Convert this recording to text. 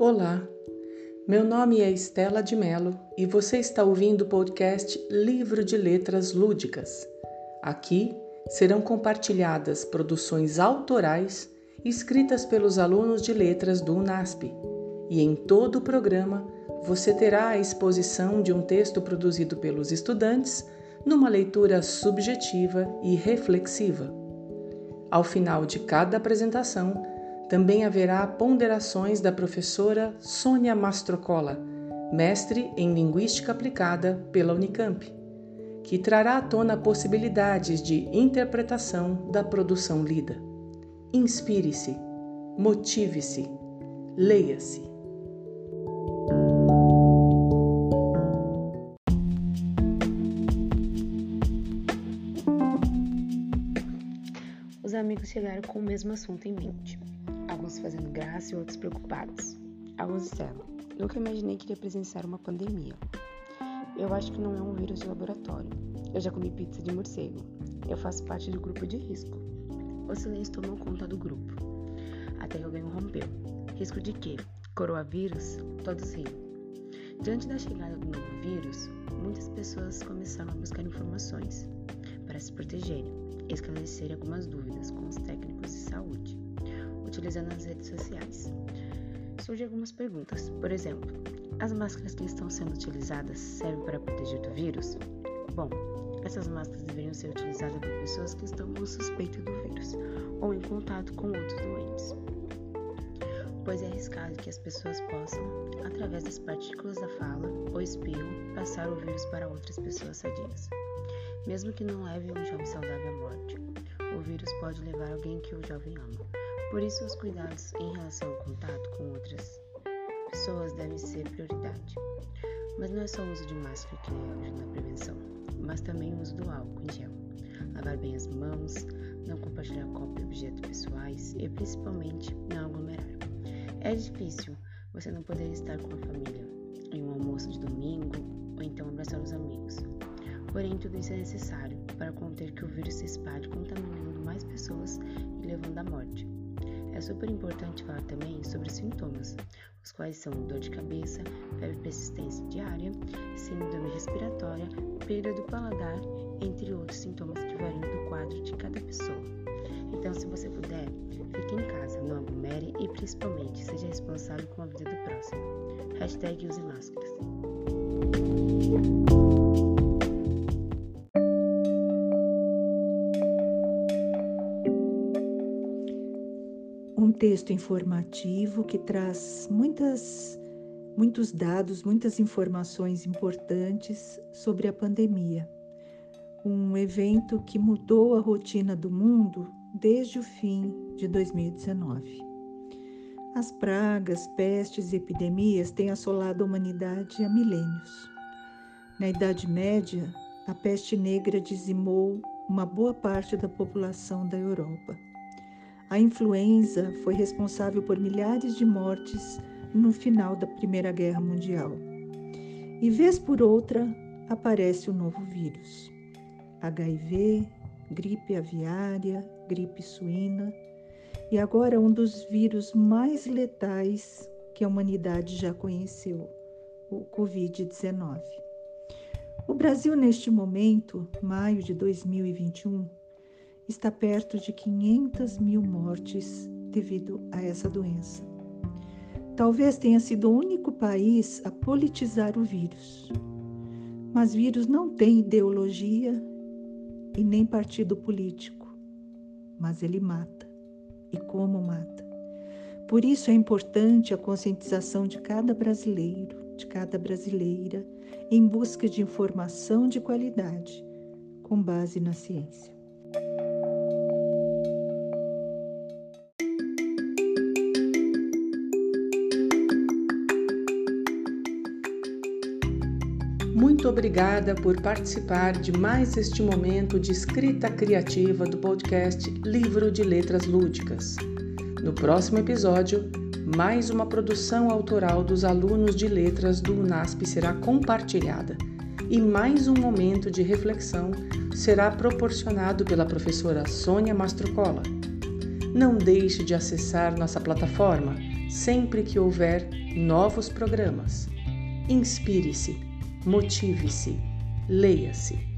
Olá, meu nome é Estela de Mello e você está ouvindo o podcast Livro de Letras Lúdicas. Aqui serão compartilhadas produções autorais escritas pelos alunos de letras do UNASP e em todo o programa você terá a exposição de um texto produzido pelos estudantes numa leitura subjetiva e reflexiva. Ao final de cada apresentação, também haverá ponderações da professora Sônia Mastrocola, mestre em Linguística Aplicada pela Unicamp, que trará à tona possibilidades de interpretação da produção lida. Inspire-se, motive-se, leia-se. Os amigos chegaram com o mesmo assunto em mente. Alguns fazendo graça e outros preocupados. Alguns disseram: nunca imaginei que iria presenciar uma pandemia. Eu acho que não é um vírus de laboratório. Eu já comi pizza de morcego. Eu faço parte do grupo de risco. O silêncio tomou conta do grupo. Até que alguém rompeu. Risco de quê? Coronavírus? Todos riram. Diante da chegada do novo vírus, muitas pessoas começaram a buscar informações para se protegerem e esclarecer algumas dúvidas com os técnicos de saúde, utilizando as redes sociais. Surgem algumas perguntas, por exemplo, as máscaras que estão sendo utilizadas servem para proteger do vírus? Bom, essas máscaras deveriam ser utilizadas por pessoas que estão com suspeita do vírus ou em contato com outros doentes, pois é arriscado que as pessoas possam, através das partículas da fala ou espirro, passar o vírus para outras pessoas sadias. Mesmo que não leve um jovem saudável à morte, o vírus pode levar alguém que o jovem ama. Por isso, os cuidados em relação ao contato com outras pessoas devem ser prioridade. Mas não é só o uso de máscara que ajuda na prevenção, mas também o uso do álcool em gel. Lavar bem as mãos, não compartilhar copo e objetos pessoais e, principalmente, não aglomerar. É difícil você não poder estar com a família em um almoço de domingo ou então abraçar os amigos. Porém, tudo isso é necessário para conter que o vírus se espalhe, contaminando mais pessoas e levando à morte. É super importante falar também sobre os sintomas, os quais são dor de cabeça, febre persistência diária, síndrome respiratória, perda do paladar, entre outros sintomas que variam do quadro de cada pessoa. Então, se você puder, fique em casa, não aglomere e principalmente seja responsável com a vida do próximo. #use máscaras. Um texto informativo que traz muitos dados, muitas informações importantes sobre a pandemia. Um evento que mudou a rotina do mundo desde o fim de 2019. As pragas, pestes e epidemias têm assolado a humanidade há milênios. Na Idade Média, a peste negra dizimou uma boa parte da população da Europa. A influenza foi responsável por milhares de mortes no final da Primeira Guerra Mundial. E vez por outra aparece um novo vírus. HIV, gripe aviária, gripe suína e agora um dos vírus mais letais que a humanidade já conheceu, o Covid-19. O Brasil, neste momento, maio de 2021, está perto de 500 mil mortes devido a essa doença. Talvez tenha sido o único país a politizar o vírus. Mas vírus não tem ideologia e nem partido político. Mas ele mata. E como mata? Por isso é importante a conscientização de cada brasileiro, de cada brasileira, em busca de informação de qualidade, com base na ciência. Muito obrigada por participar de mais este momento de escrita criativa do podcast Livro de Letras Lúdicas. No próximo episódio, mais uma produção autoral dos alunos de letras do UNASP será compartilhada e mais um momento de reflexão será proporcionado pela professora Sônia Mastrocola. Não deixe de acessar nossa plataforma sempre que houver novos programas. Inspire-se, motive-se, leia-se.